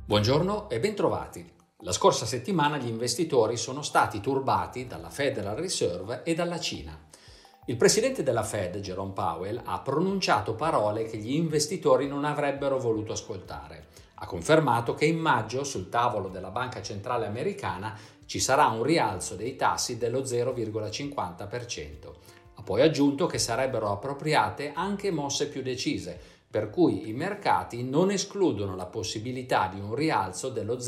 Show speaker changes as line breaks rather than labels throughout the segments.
Buongiorno e bentrovati. La scorsa settimana gli investitori sono stati turbati dalla Federal Reserve e dalla Cina. Il presidente della Fed, Jerome Powell, ha pronunciato parole che gli investitori non avrebbero voluto ascoltare. Ha confermato che in maggio sul tavolo della Banca Centrale Americana ci sarà un rialzo dei tassi dello 0,50%. Ha poi aggiunto che sarebbero appropriate anche mosse più decise, per cui i mercati non escludono la possibilità di un rialzo dello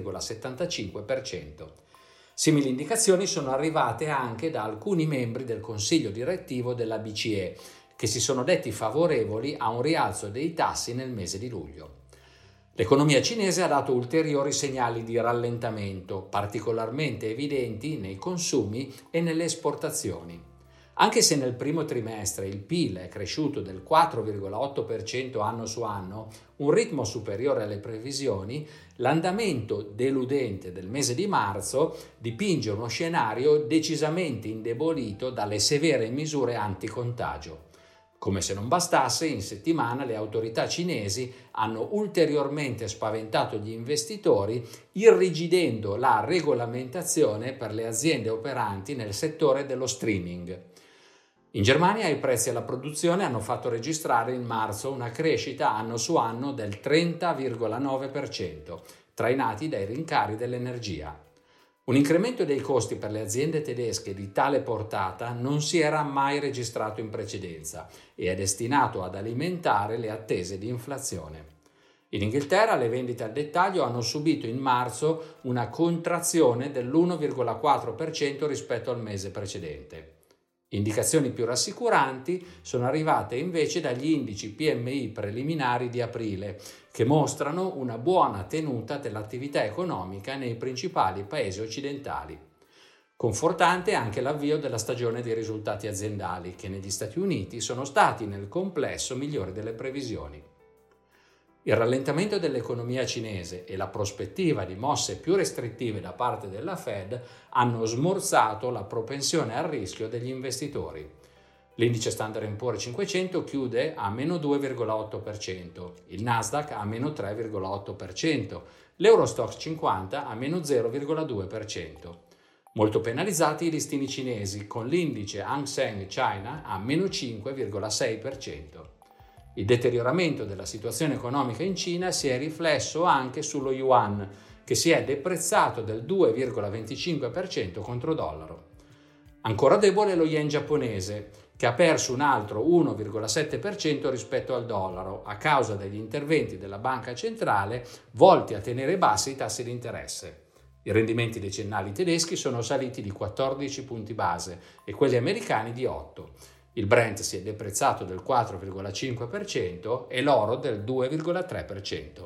0,75%. Simili indicazioni sono arrivate anche da alcuni membri del Consiglio direttivo della BCE, che si sono detti favorevoli a un rialzo dei tassi nel mese di luglio. L'economia cinese ha dato ulteriori segnali di rallentamento, particolarmente evidenti nei consumi e nelle esportazioni. Anche se nel primo trimestre il PIL è cresciuto del 4,8% anno su anno, un ritmo superiore alle previsioni, l'andamento deludente del mese di marzo dipinge uno scenario decisamente indebolito dalle severe misure anticontagio. Come se non bastasse, in settimana le autorità cinesi hanno ulteriormente spaventato gli investitori, irrigidendo la regolamentazione per le aziende operanti nel settore dello streaming. In Germania i prezzi alla produzione hanno fatto registrare in marzo una crescita anno su anno del 30,9%, trainati dai rincari dell'energia. Un incremento dei costi per le aziende tedesche di tale portata non si era mai registrato in precedenza e è destinato ad alimentare le attese di inflazione. In Inghilterra le vendite al dettaglio hanno subito in marzo una contrazione dell'1,4% rispetto al mese precedente. Indicazioni più rassicuranti sono arrivate invece dagli indici PMI preliminari di aprile, che mostrano una buona tenuta dell'attività economica nei principali paesi occidentali. Confortante è anche l'avvio della stagione dei risultati aziendali, che negli Stati Uniti sono stati nel complesso migliori delle previsioni. Il rallentamento dell'economia cinese e la prospettiva di mosse più restrittive da parte della Fed hanno smorzato la propensione al rischio degli investitori. L'indice Standard & Poor's 500 chiude a meno 2,8%, il Nasdaq a meno 3,8%, l'Eurostoxx 50 a meno 0,2%. Molto penalizzati i listini cinesi, con l'indice Hang Seng China a meno 5,6%. Il deterioramento della situazione economica in Cina si è riflesso anche sullo yuan, che si è deprezzato del 2,25% contro dollaro. Ancora debole lo yen giapponese, che ha perso un altro 1,7% rispetto al dollaro a causa degli interventi della banca centrale volti a tenere bassi i tassi di interesse. I rendimenti decennali tedeschi sono saliti di 14 punti base e quelli americani di 8. Il Brent si è deprezzato del 4,5% e l'oro del 2,3%.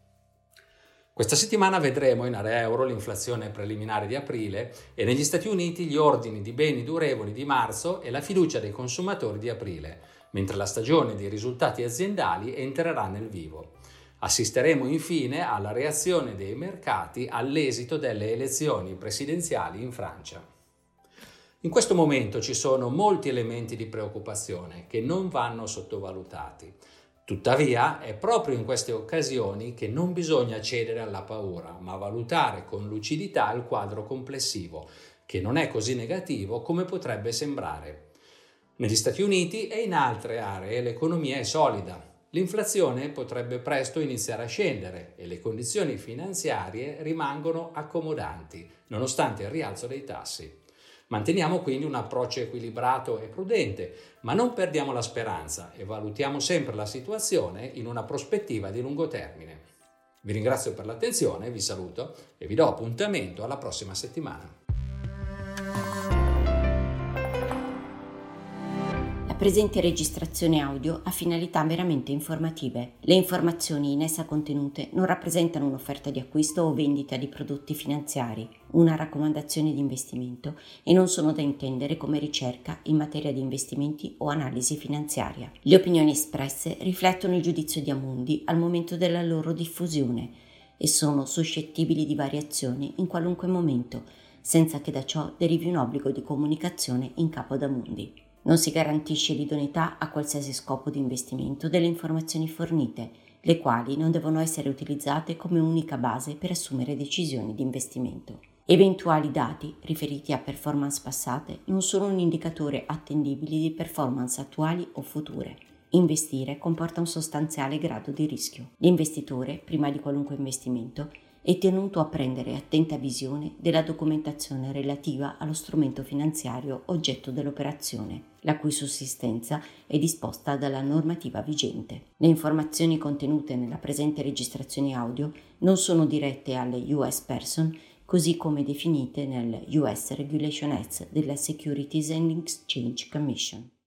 Questa settimana vedremo in area euro l'inflazione preliminare di aprile e negli Stati Uniti gli ordini di beni durevoli di marzo e la fiducia dei consumatori di aprile, mentre la stagione dei risultati aziendali entrerà nel vivo. Assisteremo infine alla reazione dei mercati all'esito delle elezioni presidenziali in Francia. In questo momento ci sono molti elementi di preoccupazione che non vanno sottovalutati. Tuttavia, è proprio in queste occasioni che non bisogna cedere alla paura, ma valutare con lucidità il quadro complessivo, che non è così negativo come potrebbe sembrare. Negli Stati Uniti e in altre aree l'economia è solida. L'inflazione potrebbe presto iniziare a scendere e le condizioni finanziarie rimangono accomodanti, nonostante il rialzo dei tassi. Manteniamo quindi un approccio equilibrato e prudente, ma non perdiamo la speranza e valutiamo sempre la situazione in una prospettiva di lungo termine. Vi ringrazio per l'attenzione, vi saluto e vi do appuntamento alla prossima settimana.
La presente registrazione audio ha finalità meramente informative. Le informazioni in essa contenute non rappresentano un'offerta di acquisto o vendita di prodotti finanziari, una raccomandazione di investimento e non sono da intendere come ricerca in materia di investimenti o analisi finanziaria. Le opinioni espresse riflettono il giudizio di Amundi al momento della loro diffusione e sono suscettibili di variazioni in qualunque momento, senza che da ciò derivi un obbligo di comunicazione in capo ad Amundi. Non si garantisce l'idoneità a qualsiasi scopo di investimento delle informazioni fornite le quali non devono essere utilizzate come unica base per assumere decisioni di investimento. Eventuali dati riferiti a performance passate non sono un indicatore attendibile di performance attuali o future. Investire comporta un sostanziale grado di rischio. L'investitore, prima di qualunque investimento, è tenuto a prendere attenta visione della documentazione relativa allo strumento finanziario oggetto dell'operazione, la cui sussistenza è disposta dalla normativa vigente. Le informazioni contenute nella presente registrazione audio non sono dirette alle US Person, così come definite nel US Regulation Act della Securities and Exchange Commission.